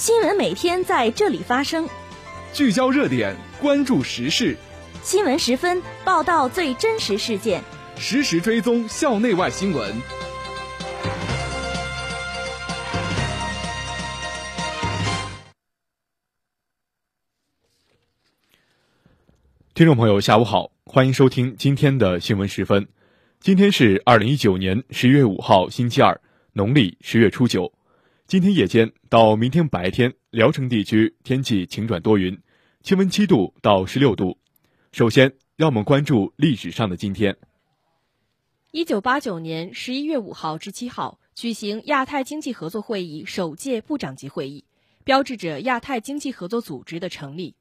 新闻每天在这里发生， 聚焦热点，关注时事。 新闻10分，报道最真实事件， 实时追踪校内外新闻。听众朋友，下午好，欢迎收听今天的新闻10分。今天是2019年11月5号，星期二，农历10月初9。今天夜间到明天白天，聊城地区天气晴转多云，气温7度到16度。首先，让我们关注历史上的今天。 1989年11月5号至7号举行亚太经济合作会议首届部长级会议，标志着亚太经济合作组织的成立。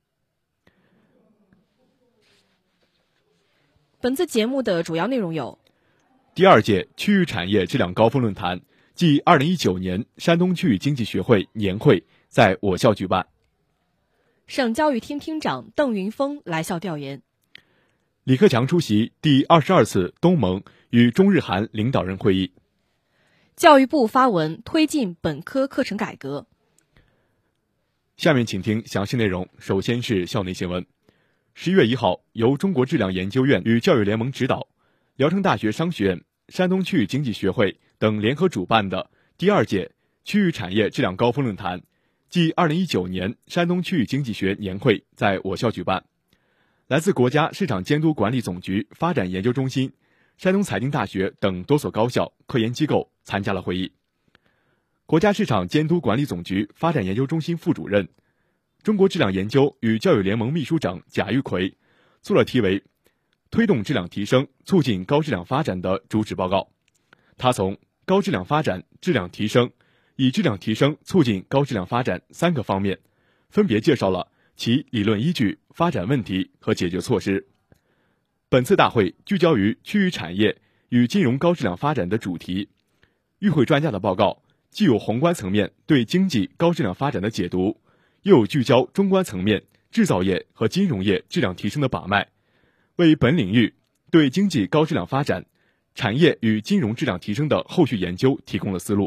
本次节目的主要内容有： 第二届区域产业质量高峰论坛暨2019年山东区域经济学会年会在我校举办； 省教育厅厅长邓云峰来校调研； 李克强出席第22次东盟与中日韩领导人会议； 教育部发文推进本科课程改革。 下面请听详细内容。首先是校内新闻。11月1号，由中国质量研究院与教育联盟指导，聊城大学商学院、山东区域经济学会等联合主办的第二届区域产业质量高峰论坛暨2019年山东区域经济学年会在我校举办。来自国家市场监督管理总局发展研究中心、山东财经大学等多所高校、科研机构参加了会议。国家市场监督管理总局发展研究中心副主任、中国质量研究与教育联盟秘书长贾玉奎做了题为推动质量提升，促进高质量发展的主旨报告。他从高质量发展、质量提升、以质量提升促进高质量发展3个方面，分别介绍了其理论依据、发展问题和解决措施。本次大会聚焦于区域产业与金融高质量发展的主题。与会专家的报告既有宏观层面对经济高质量发展的解读，又有聚焦中观层面制造业和金融业质量提升的把脉，为本领域对经济高质量发展、产业与金融质量提升的后续研究提供了思路。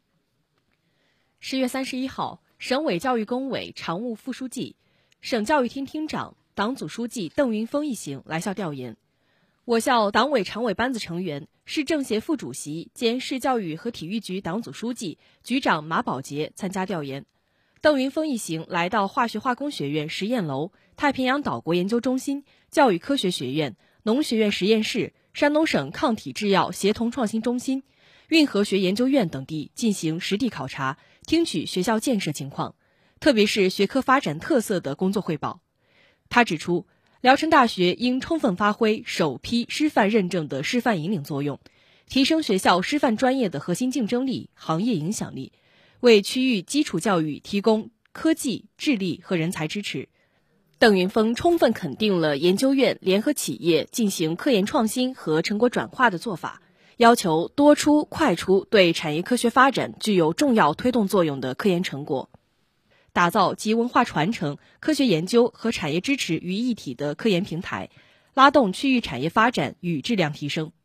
10月31号，省委教育工委常务副书记、省教育厅厅长、党组书记邓云峰一行来校调研。我校党委常委班子成员、市政协副主席兼市教育和体育局党组书记、局长马宝杰参加调研。邓云峰一行来到化学化工学院实验楼、太平洋岛国研究中心、教育科学学院、农学院实验室、山东省抗体制药协同创新中心、运河学研究院等地进行实地考察，听取学校建设情况，特别是学科发展特色的工作汇报。他指出，聊城大学应充分发挥首批师范认证的示范引领作用，提升学校师范专业的核心竞争力、行业影响力，为区域基础教育提供科技、智力和人才支持。邓云峰充分肯定了研究院联合企业进行科研创新和成果转化的做法，要求多出快出对产业科学发展具有重要推动作用的科研成果，打造集文化传承、科学研究和产业支持于一体的科研平台，拉动区域产业发展与质量提升。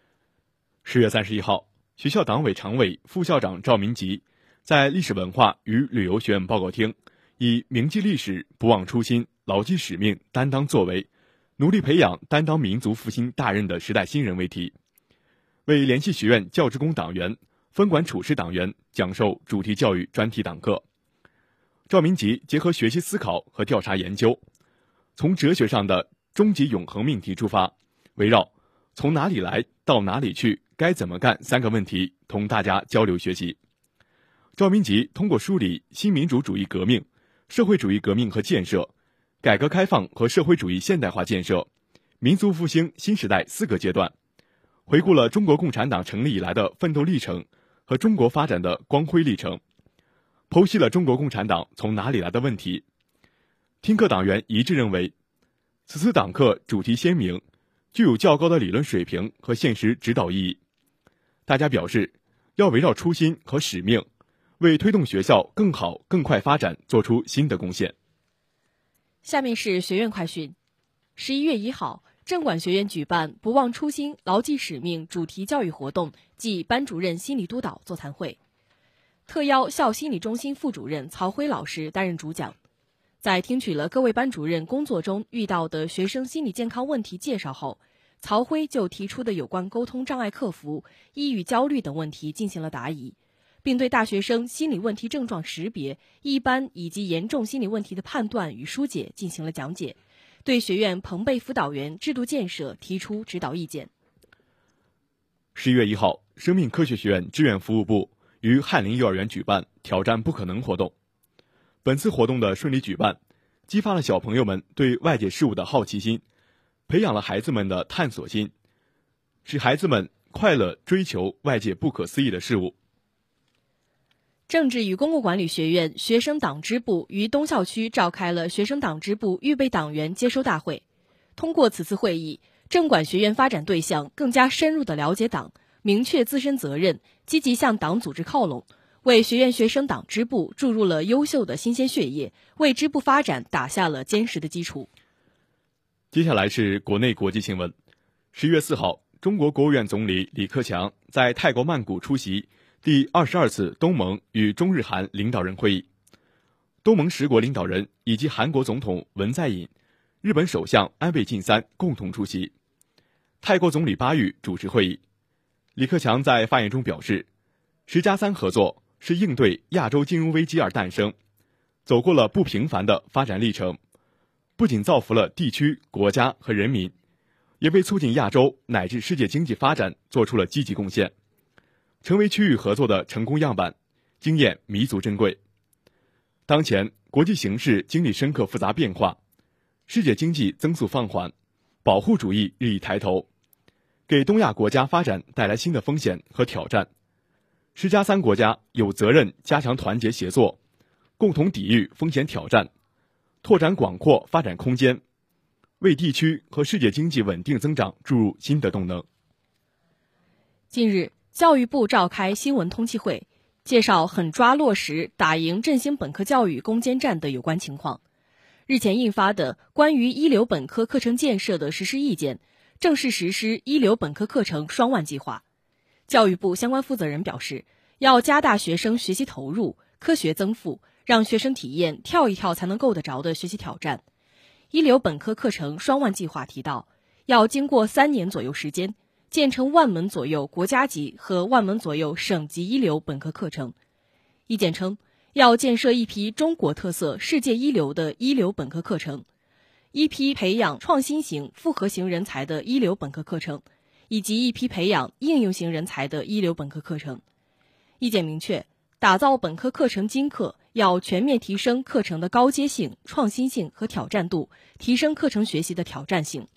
10月31号，学校党委常委、副校长赵民吉在历史文化与旅游学院报告厅以铭记历史、不忘初心、牢记使命、担当作为，努力培养担当民族复兴大任的时代新人为题，为联系学院教职工党员、分管处室党员讲授主题教育专题党课。赵民吉结合学习思考和调查研究，从哲学上的终极永恒命题出发，围绕从哪里来到哪里去、该怎么干3个问题同大家交流学习。赵民吉通过梳理新民主主义革命、社会主义革命和建设、改革开放和社会主义现代化建设、民族复兴新时代4个阶段，回顾了中国共产党成立以来的奋斗历程和中国发展的光辉历程，剖析了中国共产党从哪里来的问题。听课党员一致认为，此次党课主题鲜明，具有较高的理论水平和现实指导意义。大家表示，要围绕初心和使命，为推动学校更好更快发展做出新的贡献。 下面是学院快讯。11月1号，政管学院举办不忘初心、牢记使命主题教育活动暨班主任心理督导座谈会。 特邀校心理中心副主任曹辉老师担任主讲。在听取了各位班主任工作中遇到的学生心理健康问题介绍后，曹辉就提出的有关沟通障碍克服、抑郁焦虑等问题进行了答疑，并对大学生心理问题症状识别、一般以及严重心理问题的判断与疏解进行了讲解，对学院朋辈辅导员制度建设提出指导意见。 11月1号，生命科学学院志愿服务部于翰林幼儿园举办挑战不可能活动。本次活动的顺利举办，激发了小朋友们对外界事物的好奇心，培养了孩子们的探索心，使孩子们快乐追求外界不可思议的事物。 政治与公共管理学院学生党支部于东校区召开了学生党支部预备党员接收大会。通过此次会议，政管学院发展对象更加深入地了解党，明确自身责任，积极向党组织靠拢，为学院学生党支部注入了优秀的新鲜血液，为支部发展打下了坚实的基础。 接下来是国内国际新闻。11月4号，中国国务院总理李克强在泰国曼谷出席第22次东盟与中日韩领导人会议，东盟10国领导人以及韩国总统文在寅、日本首相安倍晋三共同出席。泰国总理巴育主持会议。李克强在发言中表示，10+3合作是应对亚洲金融危机而诞生，走过了不平凡的发展历程，不仅造福了地区、国家和人民，也为促进亚洲乃至世界经济发展做出了积极贡献，成为区域合作的成功样板，经验弥足珍贵。当前国际形势经历深刻复杂变化，世界经济增速放缓，保护主义日益抬头，给东亚国家发展带来新的风险和挑战。10+3国家有责任加强团结协作，共同抵御风险挑战，拓展广阔发展空间，为地区和世界经济稳定增长注入新的动能。 近日，教育部召开新闻通气会，介绍狠抓落实打赢振兴本科教育攻坚战的有关情况。日前印发的关于一流本科课程建设的实施意见，正式实施一流本科课程双万计划。教育部相关负责人表示，要加大学生学习投入、科学增富，让学生体验跳一跳才能够得着的学习挑战。一流本科课程双万计划提到，要经过3年左右时间，建成1万门左右国家级和1万门左右省级一流本科课程。意见称，要建设一批中国特色、世界一流的一流本科课程，一批培养创新型、复合型人才的一流本科课程，以及一批培养应用型人才的一流本科课程。意见明确，打造本科课程精课，要全面提升课程的高阶性、创新性和挑战度，提升课程学习的挑战性。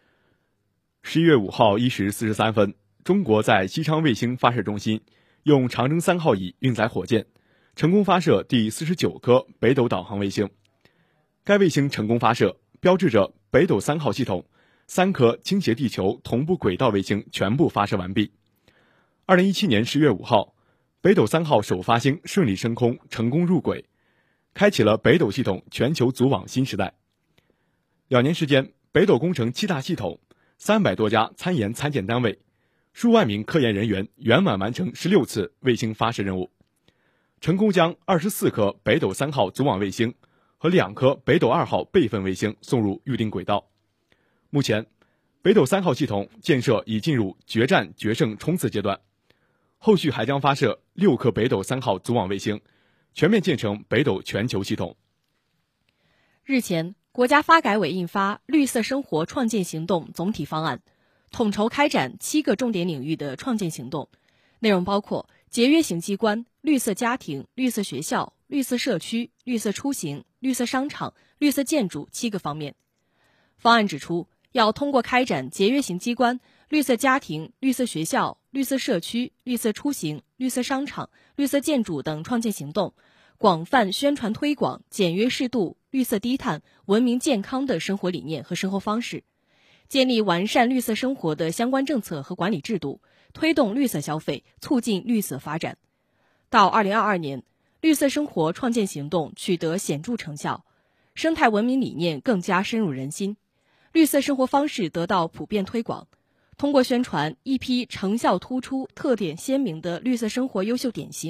11月5号1时43分，中国在西昌卫星发射中心用长征3号乙运载火箭成功发射第49颗北斗导航卫星。该卫星成功发射，标志着北斗3号系统3颗倾斜地球同步轨道卫星全部发射完毕。2017年10月5号，北斗3号首发星顺利升空，成功入轨，开启了北斗系统全球组网新时代。2年时间，北斗工程7大系统、300多家参研参建单位、数万名科研人员圆满完成16次卫星发射任务，成功将24颗北斗3号组网卫星和2颗北斗2号备份卫星送入预定轨道。目前，北斗3号系统建设已进入决战决胜冲刺阶段，后续还将发射6颗北斗3号组网卫星，全面建成北斗全球系统。 日前，国家发改委印发《绿色生活创建行动总体方案》，统筹开展7个重点领域的创建行动，内容包括节约型机关、绿色家庭、绿色学校、绿色社区、绿色出行、绿色商场、绿色建筑7个方面。方案指出，要通过开展节约型机关、绿色家庭、绿色学校、绿色社区、绿色出行、绿色商场、绿色建筑等创建行动，广泛宣传推广简约适度、绿色低碳、文明健康的生活理念和生活方式，建立完善绿色生活的相关政策和管理制度，推动绿色消费，促进绿色发展。到2022年，绿色生活创建行动取得显著成效，生态文明理念更加深入人心，绿色生活方式得到普遍推广。通过宣传一批成效突出、特点鲜明的绿色生活优秀典型，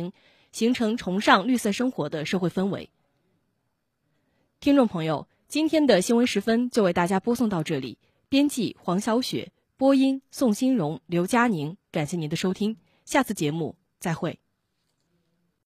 形成崇尚绿色生活的社会氛围。听众朋友，今天的新闻时分就为大家播送到这里。编辑黄小雪，播音宋新荣、刘佳宁，感谢您的收听，下次节目再会。